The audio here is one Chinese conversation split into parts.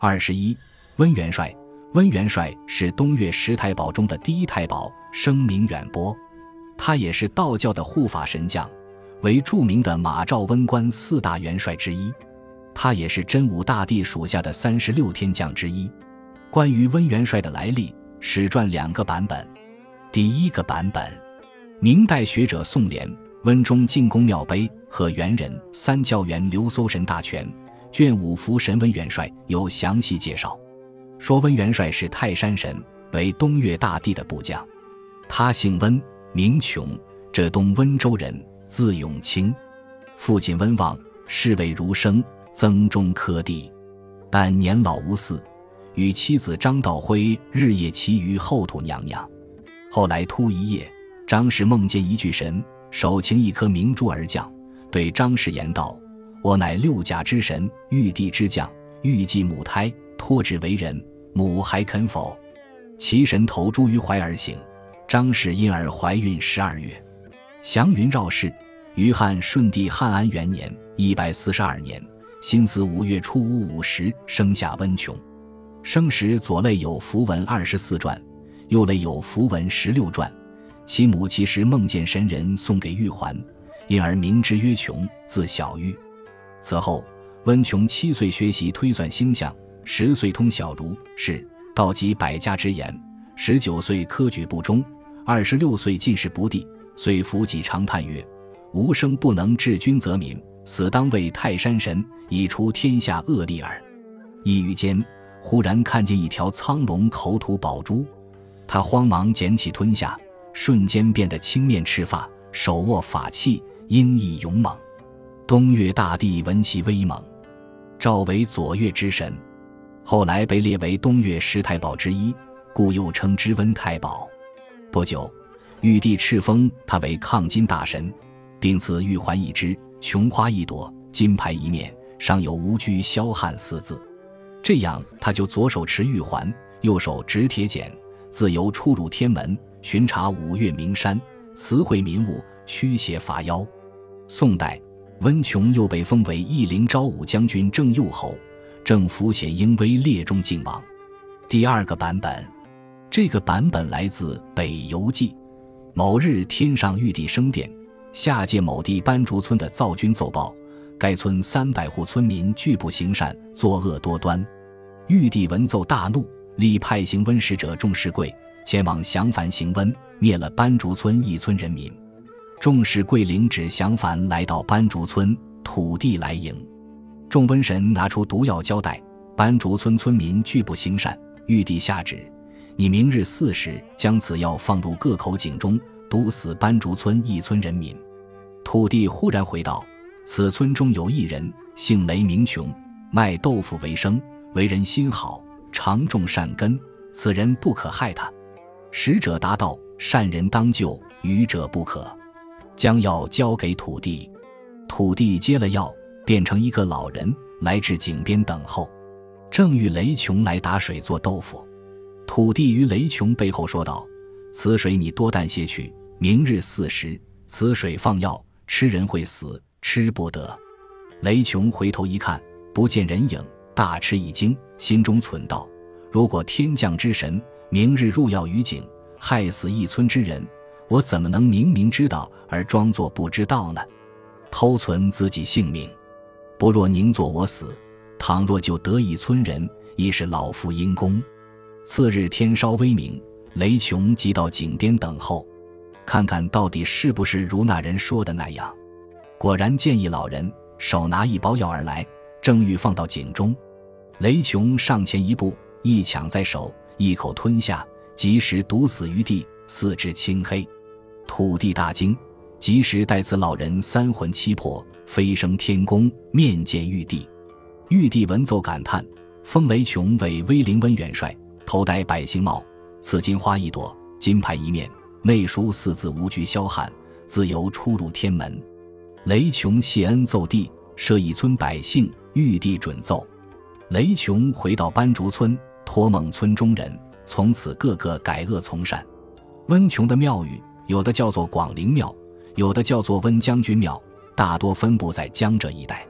21温元帅。温元帅是东岳十太保中的第一太保，声名远播。他也是道教的护法神将，为著名的马赵温关四大元帅之一。他也是真武大帝属下的36天将之一。关于温元帅的来历，史传2个版本。第一个版本，明代学者宋濂《温中进宫庙碑》和元人三教员刘搜神大全卷5福神温元帅有详细介绍，说温元帅是泰山神，为东岳大帝的部将。他姓温，名琼，浙东温州人，字永清。父亲温望，仕为儒生，曾中科第，但年老无嗣，与妻子张道辉日夜祈于后土娘娘。后来突一夜，张氏梦见一具神，手擎一颗明珠而降，对张氏言道：我乃6甲之神，玉帝之将，欲继母胎，托之为人，母还肯否？其神投珠于怀而醒，张氏因而怀孕12月。祥云绕世，于汉顺帝汉安元年142年，辛巳5月初戊午时，生下温琼。生时左肋有符文24传，右肋有符文16传。其母其时梦见神人送给玉环，因而名之曰琼，字小玉。此后温琼7岁学习推算星象，10岁通晓儒释道及百家之言，19岁科举不中，26岁进士不第，遂服己长叹曰：吾生不能治君则民，死当为泰山神，以除天下恶吏耳。一语间，忽然看见一条苍龙口吐宝珠，他慌忙捡起吞下，瞬间变得青面赤发，手握法器，英毅勇猛。东岳大帝闻其威猛，召为左岳之神，后来被列为东岳10太保之一，故又称之温太保。不久，玉帝敕封他为抗金大神，并赐玉环1只，琼花1朵，金牌1面，上有无拘霄汉4字。这样他就左手持玉环，右手执铁剪，自由出入天门，巡查5岳名山，慈惠民物，驱邪伐妖。宋代，温琼又被封为义陵昭武将军正右侯，正符显英威列中靖王。第2个版本，这个版本来自《北游记》。某日天上玉帝升殿，下界某地班竹村的灶君奏报，该村300户村民拒不行善，作恶多端。玉帝闻奏大怒，立派行温使者众士贵前往降凡行温，灭了班竹村一村人民。众士贵领旨降凡来到班竹村，土地来迎。众瘟神拿出毒药交代，班竹村村民拒不行善，玉帝下旨：你明日4时将此药放入各口井中，毒死班竹村一村人民。土地忽然回道：此村中有一人，姓雷名琼，卖豆腐为生，为人心好，常种善根，此人不可害他。使者答道：善人当救，愚者不可。将药交给土地，土地接了药，变成一个老人，来至井边等候，正遇雷琼来打水做豆腐。土地于雷琼背后说道：此水你多担些去，明日4时，此水放药，吃人会死，吃不得。雷琼回头一看，不见人影，大吃一惊，心中忖道：如果天降之神明日入药于井，害死一村之人，我怎么能明明知道而装作不知道呢？偷存自己性命，不若宁作我死，倘若就得一村人，亦是老夫因功。次日天稍微明，雷琼即到井边等候，看看到底是不是如那人说的那样。果然见一老人手拿一包药而来，正欲放到井中，雷琼上前一步，一抢在手，一口吞下，即时毒死于地，四肢青黑。土地大惊，及时带此老人3魂7魄，飞升天宫，面见玉帝。玉帝闻奏感叹，封雷琼为威灵温元帅，头戴百姓帽，赐金花1朵，金牌1面，内书4字无拘霄汉，自由出入天门。雷琼谢恩奏帝，赦一村百姓，玉帝准奏。雷琼回到班竹村，托梦村中人，从此个个改恶从善。温琼的庙宇有的叫做广陵庙，有的叫做温将军庙，大多分布在江浙一带。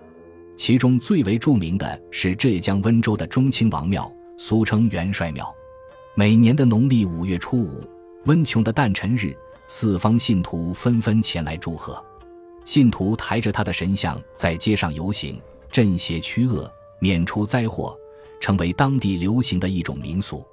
其中最为著名的是浙江温州的中亲王庙，俗称元帅庙。每年的农历5月初5，温琼的诞辰日，四方信徒纷纷前来祝贺。信徒抬着他的神像在街上游行，镇邪驱恶，免除灾祸，成为当地流行的一种民俗。